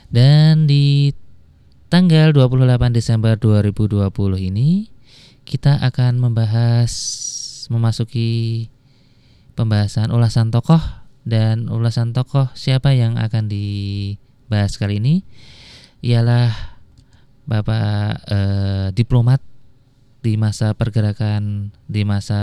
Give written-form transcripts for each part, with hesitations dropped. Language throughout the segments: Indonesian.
Dan di tanggal 28 Desember 2020 ini kita akan memasuki pembahasan ulasan tokoh, dan ulasan tokoh siapa yang akan dibahas kali ini ialah Bapak diplomat di masa pergerakan, di masa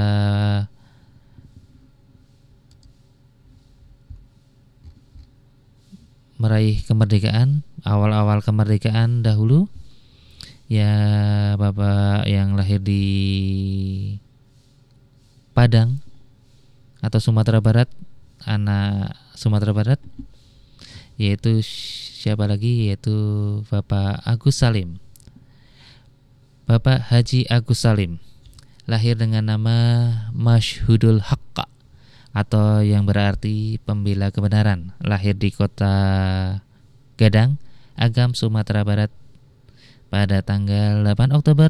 meraih kemerdekaan, awal-awal kemerdekaan dahulu, ya Bapak yang lahir di Padang atau Sumatera Barat, anak Sumatera Barat, yaitu siapa lagi, yaitu Bapak Agus Salim. Bapak Haji Agus Salim lahir dengan nama Masyhudul Haqqa atau yang berarti pembela kebenaran. Lahir di kota Gadang, Agam, Sumatera Barat pada tanggal 8 Oktober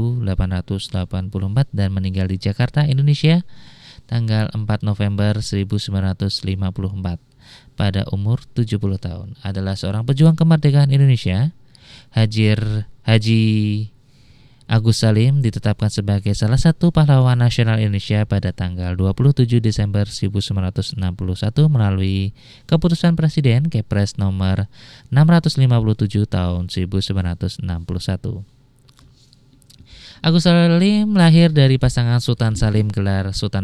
1884 dan meninggal di Jakarta, Indonesia tanggal 4 November 1954 pada umur 70 tahun. Adalah seorang pejuang kemerdekaan Indonesia. Haji Agus Salim ditetapkan sebagai salah satu pahlawan nasional Indonesia pada tanggal 27 Desember 1961 melalui keputusan Presiden Kepres nomor 657 tahun 1961. Agus Salim lahir dari pasangan Sultan Salim gelar Sultan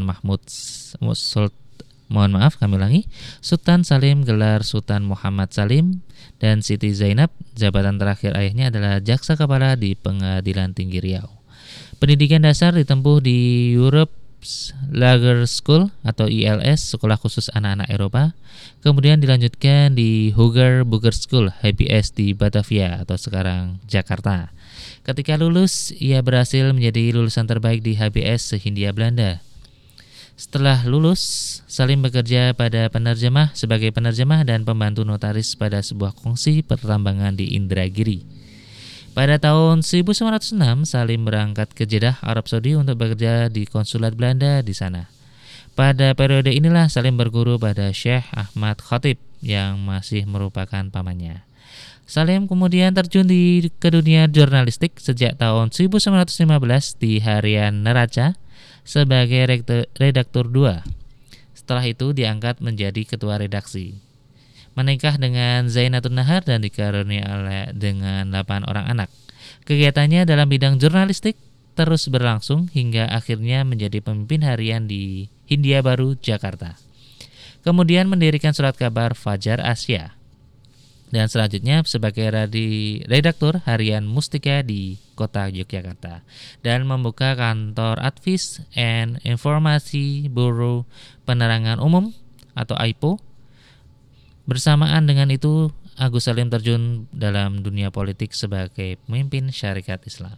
Sultan Salim gelar Sultan Muhammad Salim dan Siti Zainab. Jabatan terakhir ayahnya adalah Jaksa Kepala di Pengadilan Tinggi Riau. Pendidikan dasar ditempuh di Europe's Lager School atau ILS, Sekolah Khusus Anak-anak Eropa. Kemudian dilanjutkan di Hoger Burger School, HBS di Batavia atau sekarang Jakarta. Ketika lulus, ia berhasil menjadi lulusan terbaik di HBS se-Hindia Belanda. Setelah lulus, Salim bekerja sebagai penerjemah dan pembantu notaris pada sebuah kongsi pertambangan di Indragiri. Pada tahun 1906, Salim berangkat ke Jeddah, Arab Saudi untuk bekerja di konsulat Belanda di sana. Pada periode inilah Salim berguru pada Syekh Ahmad Khatib yang masih merupakan pamannya. Salim kemudian terjun ke dunia jurnalistik sejak tahun 1915 di Harian Neraca sebagai redaktur 2. Setelah itu diangkat menjadi ketua redaksi. Menikah dengan Zainatun Nahar dan dikaruniai dengan 8 orang anak. Kegiatannya dalam bidang jurnalistik terus berlangsung hingga akhirnya menjadi pemimpin harian di Hindia Baru, Jakarta. Kemudian mendirikan surat kabar Fajar Asia. Dan selanjutnya sebagai redaktur harian Mustika di kota Yogyakarta dan membuka kantor Advice and Informasi Bureau Penerangan Umum atau AIPO. Bersamaan dengan itu, Agus Salim terjun dalam dunia politik sebagai pemimpin Syarikat Islam.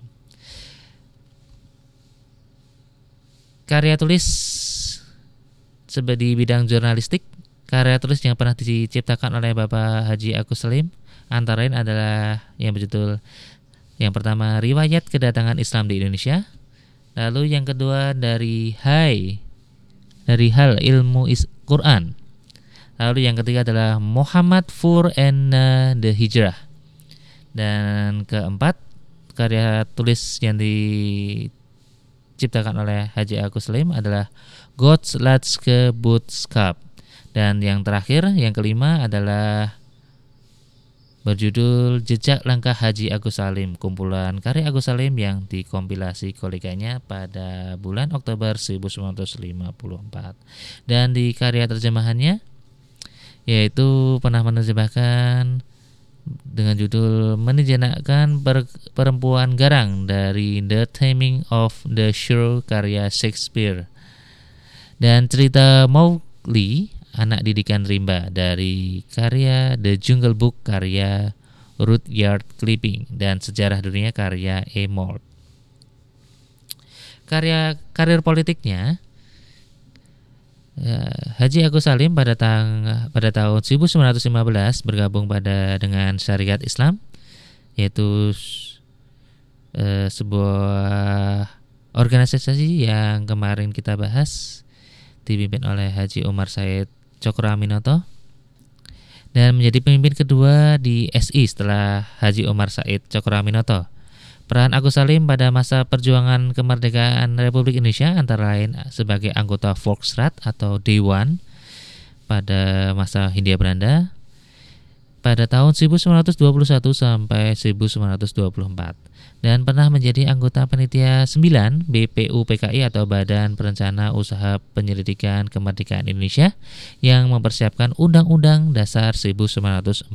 Karya tulis di bidang jurnalistik. Karya tulis yang pernah diciptakan oleh Bapak Haji Agus Salim antara lain adalah yang berjudul, yang pertama, Riwayat Kedatangan Islam di Indonesia. Lalu yang kedua dari Hal Ilmu Quran. Lalu yang ketiga adalah Muhammad Fur and the Hijrah. Dan keempat, karya tulis yang diciptakan oleh Haji Agus Salim adalah God's Laatste Boodschap. Dan yang terakhir, yang kelima adalah berjudul Jejak Langkah Haji Agus Salim, kumpulan karya Agus Salim yang dikompilasi koleganya pada bulan Oktober 1954. Dan di karya terjemahannya, yaitu pernah menerjemahkan dengan judul Menjenakkan Perempuan Garang dari The Taming of the Shrew karya Shakespeare. Dan cerita Mowgli, Anak Didikan Rimba dari karya The Jungle Book karya Rudyard Kipling dan Sejarah Dunia karya E. Moore. Karir politiknya, Haji Agus Salim pada tahun 1915 bergabung dengan Syarikat Islam, yaitu sebuah organisasi yang kemarin kita bahas, dipimpin oleh Haji Umar Said Cokroaminoto. dan menjadi pemimpin kedua di SI setelah Haji Omar Said Cokroaminoto. Peran Agus Salim pada masa perjuangan kemerdekaan Republik Indonesia antara lain sebagai anggota Volksraad atau Dewan pada masa Hindia Belanda pada tahun 1921 sampai 1924 dan pernah menjadi anggota panitia 9 BPUPKI atau Badan Perencana Usaha Penyelidikan Kemerdekaan Indonesia yang mempersiapkan Undang-Undang Dasar 1945.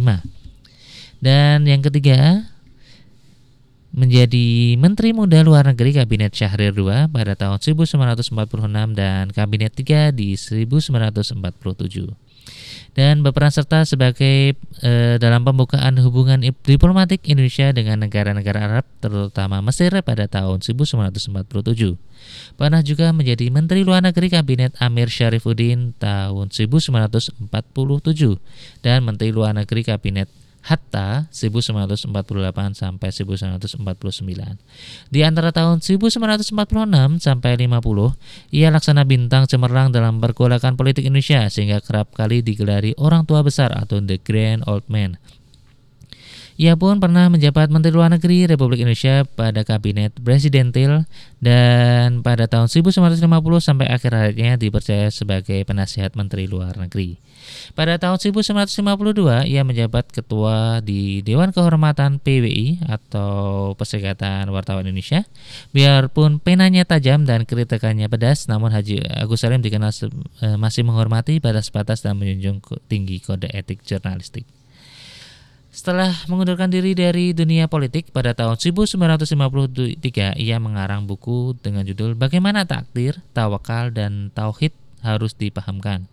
Dan yang ketiga, menjadi Menteri Muda Luar Negeri Kabinet Syahrir II pada tahun 1946 dan Kabinet 3 di 1947. Dan berperan serta sebagai dalam pembukaan hubungan diplomatik Indonesia dengan negara-negara Arab terutama Mesir pada tahun 1947. Pernah juga menjadi Menteri Luar Negeri Kabinet Amir Syarifuddin tahun 1947 dan Menteri Luar Negeri Kabinet Hatta 1948 sampai 1949. Di antara tahun 1946 sampai 50, ia laksana bintang cemerlang dalam pergolakan politik Indonesia sehingga kerap kali digelari orang tua besar atau the grand old man. Ia pun pernah menjabat Menteri Luar Negeri Republik Indonesia pada Kabinet Presidentil dan pada tahun 1950 sampai akhir hayatnya dipercaya sebagai penasihat Menteri Luar Negeri. Pada tahun 1952 ia menjabat ketua di Dewan Kehormatan PWI atau Perserikatan Wartawan Indonesia. Biarpun penanya tajam dan kritikannya pedas, namun Haji Agus Salim dikenal masih menghormati batas-batas dan menjunjung tinggi kode etik jurnalistik. Setelah mengundurkan diri dari dunia politik pada tahun 1953, ia mengarang buku dengan judul Bagaimana Takdir, Tawakal, dan Tauhid Harus Dipahamkan.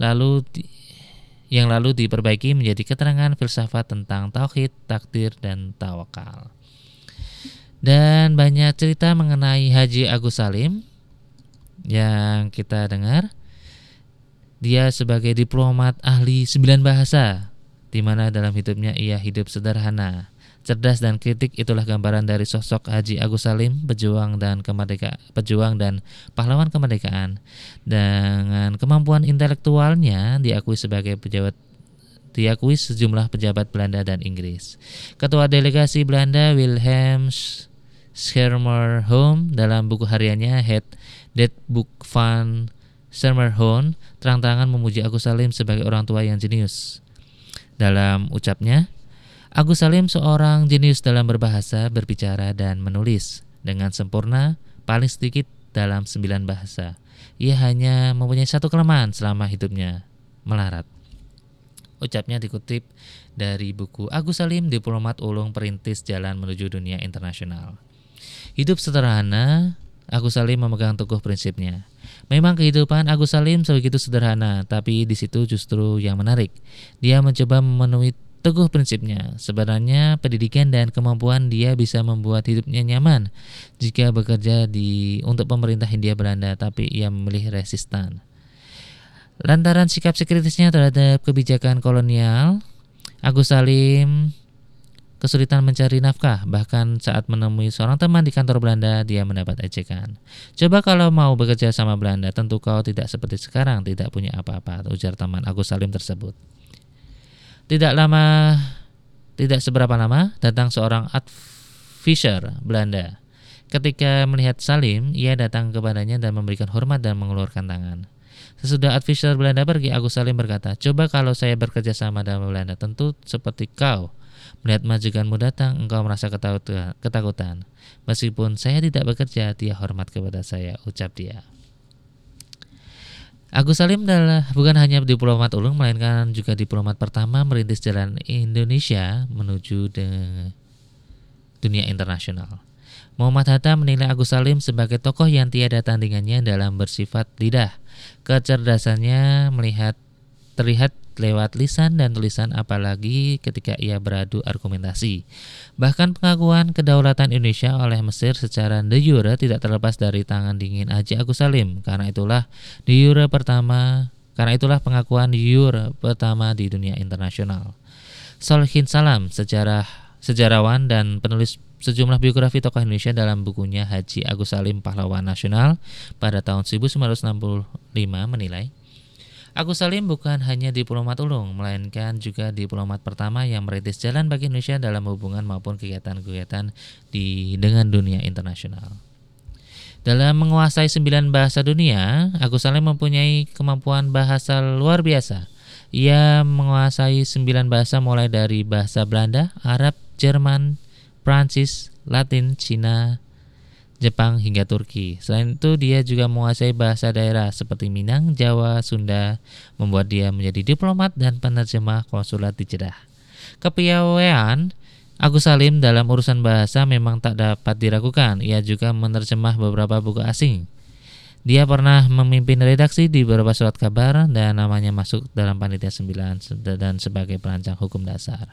Yang lalu diperbaiki menjadi keterangan filsafat tentang tauhid, takdir, dan tawakal. Dan banyak cerita mengenai Haji Agus Salim yang kita dengar. Dia sebagai diplomat ahli 9 bahasa, di mana dalam hidupnya ia hidup sederhana, cerdas dan kritik. Itulah gambaran dari sosok Haji Agus Salim, pejuang dan pahlawan kemerdekaan. Dengan kemampuan intelektualnya diakui sejumlah pejabat Belanda dan Inggris. Ketua delegasi Belanda Wilhelm Schermerhorn dalam buku hariannya Het Boek van Schermerhorn terang-terangan memuji Agus Salim sebagai orang tua yang jenius. Dalam ucapnya, Agus Salim seorang jenius dalam berbahasa, berbicara, dan menulis dengan sempurna, paling sedikit dalam 9 bahasa. Ia hanya mempunyai satu kelemahan selama hidupnya, melarat. Ucapnya dikutip dari buku Agus Salim, Diplomat Ulung Perintis Jalan Menuju Dunia Internasional. Hidup sederhana, Agus Salim memegang teguh prinsipnya. Memang kehidupan Agus Salim sebegitu sederhana, tapi di situ justru yang menarik. Dia mencoba memenuhi teguh prinsipnya. Sebenarnya pendidikan dan kemampuan dia bisa membuat hidupnya nyaman jika bekerja untuk pemerintah Hindia Belanda, tapi ia memilih resistan. Lantaran sikap kritisnya terhadap kebijakan kolonial, Agus Salim kesulitan mencari nafkah. Bahkan saat menemui seorang teman di kantor Belanda, dia mendapat ejekan. Coba kalau mau bekerja sama Belanda, tentu kau tidak seperti sekarang, tidak punya apa-apa, ujar teman Agus Salim tersebut. Tidak seberapa lama, datang seorang advisor Belanda. Ketika melihat Salim, ia datang kepadanya dan memberikan hormat dan mengeluarkan tangan. Sesudah advisor Belanda pergi, Agus Salim berkata, coba kalau saya bekerja sama dengan Belanda, tentu seperti kau. Melihat majikanmu datang, engkau merasa ketakutan. Meskipun saya tidak bekerja, dia hormat kepada saya, ucap dia. Agus Salim bukan hanya diplomat ulung, melainkan juga diplomat pertama merintis jalan Indonesia menuju dunia internasional. Muhammad Hatta menilai Agus Salim sebagai tokoh yang tiada tandingannya dalam bersifat lidah. Kecerdasannya terlihat lewat lisan dan tulisan, apalagi ketika ia beradu argumentasi. Bahkan pengakuan kedaulatan Indonesia oleh Mesir secara de jure tidak terlepas dari tangan dingin Haji Agus Salim. Karena itulah pengakuan de jure pertama di dunia internasional. Solhin Salam, sejarawan dan penulis sejumlah biografi tokoh Indonesia dalam bukunya Haji Agus Salim Pahlawan Nasional pada tahun 1965 menilai Agus Salim bukan hanya diplomat ulung, melainkan juga diplomat pertama yang merintis jalan bagi Indonesia dalam hubungan maupun kegiatan-kegiatan dengan dunia internasional. Dalam menguasai 9 bahasa dunia, Agus Salim mempunyai kemampuan bahasa luar biasa. Ia menguasai 9 bahasa mulai dari bahasa Belanda, Arab, Jerman, Prancis, Latin, Cina, Jepang hingga Turki. Selain itu dia juga menguasai bahasa daerah seperti Minang, Jawa, Sunda, membuat dia menjadi diplomat dan penerjemah konsulat di Jeddah. Kepiawaian Agus Salim dalam urusan bahasa memang tak dapat diragukan. Ia juga menerjemah beberapa buku asing. Dia pernah memimpin redaksi di beberapa surat kabar dan namanya masuk dalam panitia 9 dan sebagai perancang hukum dasar.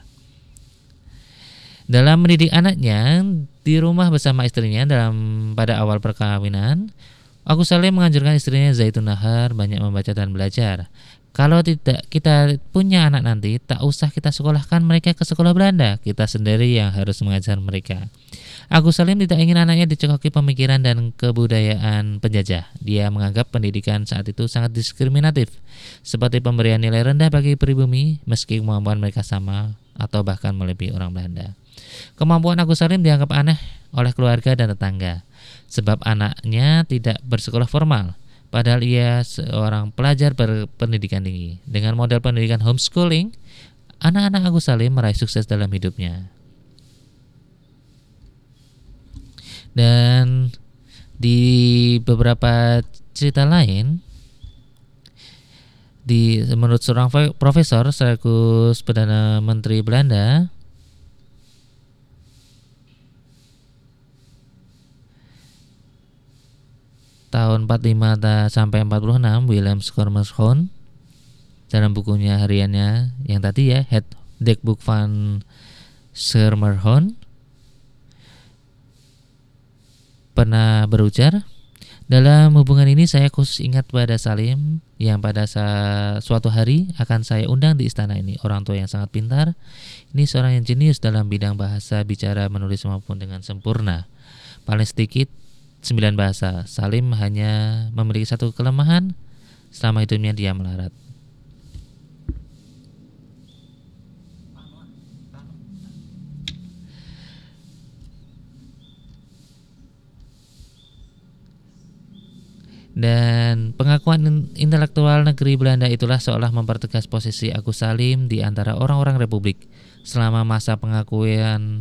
Dalam mendidik anaknya di rumah bersama istrinya pada awal perkawinan, Agus Salim menganjurkan istrinya Zaitun Nahar banyak membaca dan belajar. Kalau tidak kita punya anak nanti, tak usah kita sekolahkan mereka ke sekolah Belanda, kita sendiri yang harus mengajar mereka. Agus Salim tidak ingin anaknya dicekoki pemikiran dan kebudayaan penjajah. Dia menganggap pendidikan saat itu sangat diskriminatif, seperti pemberian nilai rendah bagi pribumi meski kemampuan mereka sama atau bahkan melebihi orang Belanda. Kemampuan Agus Salim dianggap aneh oleh keluarga dan tetangga, sebab anaknya tidak bersekolah formal, padahal ia seorang pelajar berpendidikan tinggi. Dengan model pendidikan homeschooling, anak-anak Agus Salim meraih sukses dalam hidupnya. Dan di beberapa cerita lain, menurut seorang profesor sekaligus Perdana Menteri Belanda, tahun 45 sampai 46, Willem Schormershon dalam bukunya hariannya yang tadi ya, Het Dagboek van Schormershon, pernah berujar, dalam hubungan ini saya khusus ingat pada Salim yang pada suatu hari akan saya undang di istana ini. Orang tua yang sangat pintar, ini seorang yang jenius dalam bidang bahasa, bicara, menulis maupun dengan sempurna. Paling sedikit 9 bahasa. Salim hanya memiliki satu kelemahan, selama hidupnya dia melarat. Dan pengakuan intelektual negeri Belanda itulah seolah mempertegas posisi Agus Salim di antara orang-orang Republik. Selama masa pengakuan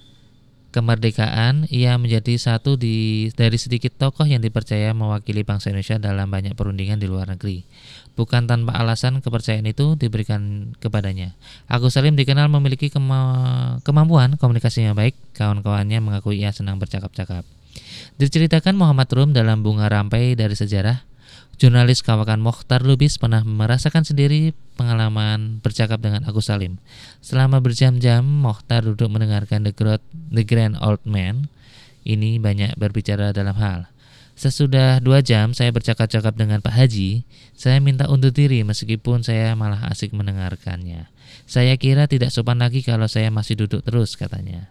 kemerdekaan, ia menjadi satu dari sedikit tokoh yang dipercaya mewakili bangsa Indonesia dalam banyak perundingan di luar negeri. Bukan tanpa alasan kepercayaan itu diberikan kepadanya. Agus Salim dikenal memiliki kemampuan komunikasi yang baik. Kawan-kawannya mengakui ia senang bercakap-cakap. Diceritakan Muhammad Rum dalam Bunga Rampai dari Sejarah, jurnalis kawakan Mokhtar Lubis pernah merasakan sendiri pengalaman bercakap dengan Agus Salim. Selama berjam-jam, Mokhtar duduk mendengarkan The Grand Old Man ini banyak berbicara dalam hal. Sesudah 2 jam saya bercakap-cakap dengan Pak Haji, saya minta undur diri meskipun saya malah asik mendengarkannya. Saya kira tidak sopan lagi kalau saya masih duduk terus, katanya.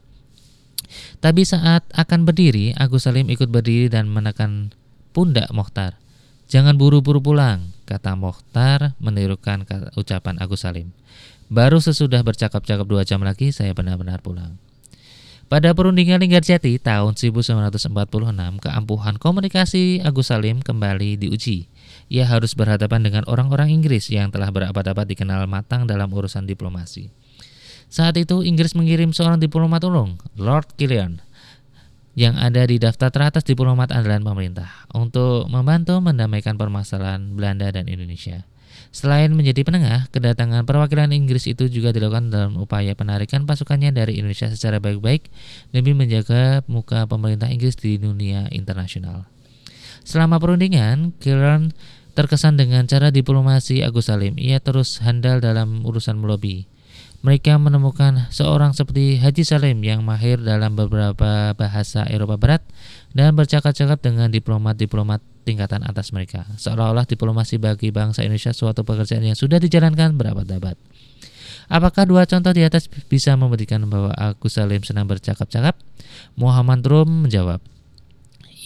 Tapi saat akan berdiri, Agus Salim ikut berdiri dan menekan pundak Mokhtar. Jangan buru-buru pulang, kata Mokhtar menirukan ucapan Agus Salim. Baru sesudah bercakap-cakap 2 jam lagi saya benar-benar pulang. Pada perundingan Linggarjati tahun 1946, keampuhan komunikasi Agus Salim kembali diuji. Ia harus berhadapan dengan orang-orang Inggris yang telah berabad-abad dikenal matang dalam urusan diplomasi. Saat itu Inggris mengirim seorang diplomat ulung, Lord Killian, yang ada di daftar teratas diplomat andalan pemerintah untuk membantu mendamaikan permasalahan Belanda dan Indonesia. Selain menjadi penengah, kedatangan perwakilan Inggris itu juga dilakukan dalam upaya penarikan pasukannya dari Indonesia secara baik-baik demi menjaga muka pemerintah Inggris di dunia internasional. Selama perundingan, Killian terkesan dengan cara diplomasi Agus Salim. Ia terus handal dalam urusan melobi. Mereka menemukan seorang seperti Haji Salim yang mahir dalam beberapa bahasa Eropa Barat dan bercakap-cakap dengan diplomat-diplomat tingkatan atas mereka. Seolah-olah diplomasi bagi bangsa Indonesia suatu pekerjaan yang sudah dijalankan berabad-abad. Apakah 2 contoh di atas bisa membuktikan bahwa Agus Salim senang bercakap-cakap? Muhammad Rum menjawab,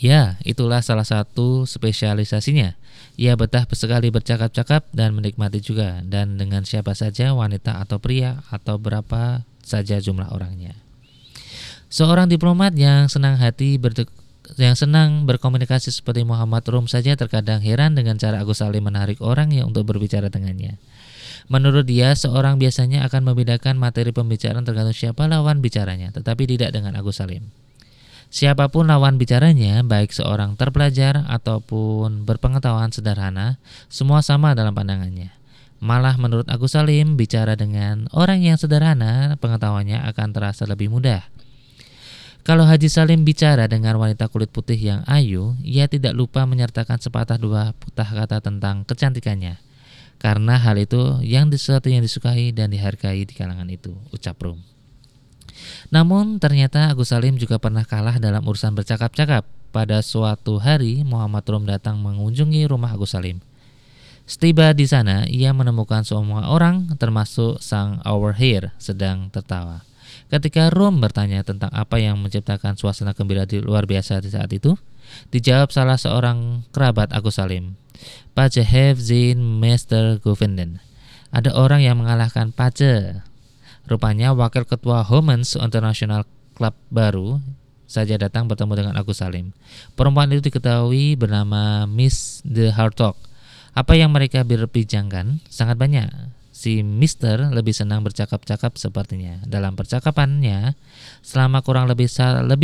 Ya, itulah salah satu spesialisasinya. Ia betah sekali bercakap-cakap dan menikmati juga, dan dengan siapa saja, wanita atau pria, atau berapa saja jumlah orangnya. Seorang diplomat yang senang berkomunikasi seperti Muhammad Rum saja terkadang heran dengan cara Agus Salim menarik orang yang untuk berbicara dengannya. Menurut dia, seorang biasanya akan membedakan materi pembicaraan tergantung siapa lawan bicaranya, tetapi tidak dengan Agus Salim. Siapapun lawan bicaranya, baik seorang terpelajar ataupun berpengetahuan sederhana, semua sama dalam pandangannya. Malah menurut Agus Salim, bicara dengan orang yang sederhana, pengetahuannya akan terasa lebih mudah. Kalau Haji Salim bicara dengan wanita kulit putih yang ayu, ia tidak lupa menyertakan sepatah dua patah kata tentang kecantikannya. Karena hal itu sesuatu yang disukai dan dihargai di kalangan itu, ucap Rum. Namun ternyata Agus Salim juga pernah kalah dalam urusan bercakap-cakap. Pada suatu hari Muhammad Rum datang mengunjungi rumah Agus Salim. Setiba di sana, ia menemukan semua orang termasuk sang overhear sedang tertawa. Ketika Rum bertanya tentang apa yang menciptakan suasana gembira luar biasa di saat itu, dijawab salah seorang kerabat Agus Salim, Pace Hef Zin Mester Govenden. Ada orang yang mengalahkan Pace. Rupanya wakil ketua Homens International Club baru saja datang bertemu dengan Agus Salim. Perempuan itu diketahui bernama Miss de Hartog. Apa yang mereka berbincangkan sangat banyak. Si Mister lebih senang bercakap-cakap sepertinya. Dalam percakapannya selama kurang lebih 1,5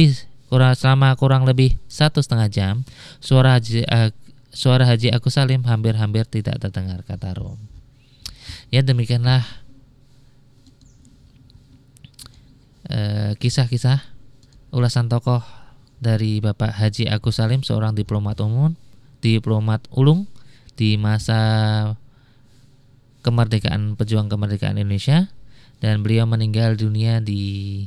jam, suara Haji Agus Salim hampir-hampir tidak terdengar, kata Rum. Ya, demikianlah kisah-kisah ulasan tokoh dari Bapak Haji Agus Salim, seorang diplomat ulung di masa pejuang kemerdekaan Indonesia, dan beliau meninggal dunia di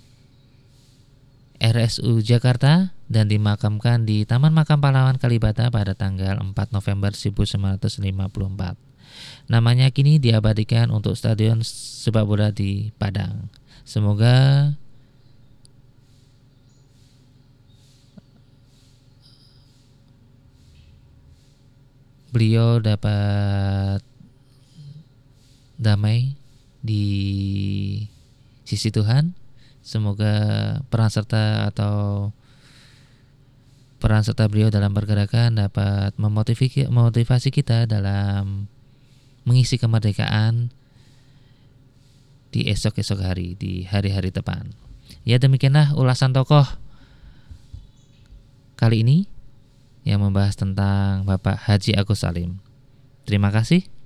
RSU Jakarta dan dimakamkan di Taman Makam Pahlawan Kalibata pada tanggal 4 November 1954. Namanya kini diabadikan untuk Stadion Sepak Bola di Padang. Semoga beliau dapat damai di sisi Tuhan. Semoga peran serta beliau dalam pergerakan dapat memotivasi kita dalam mengisi kemerdekaan di esok-esok hari, di hari-hari depan. Ya, demikianlah ulasan tokoh kali ini yang membahas tentang Bapak Haji Agus Salim. Terima kasih.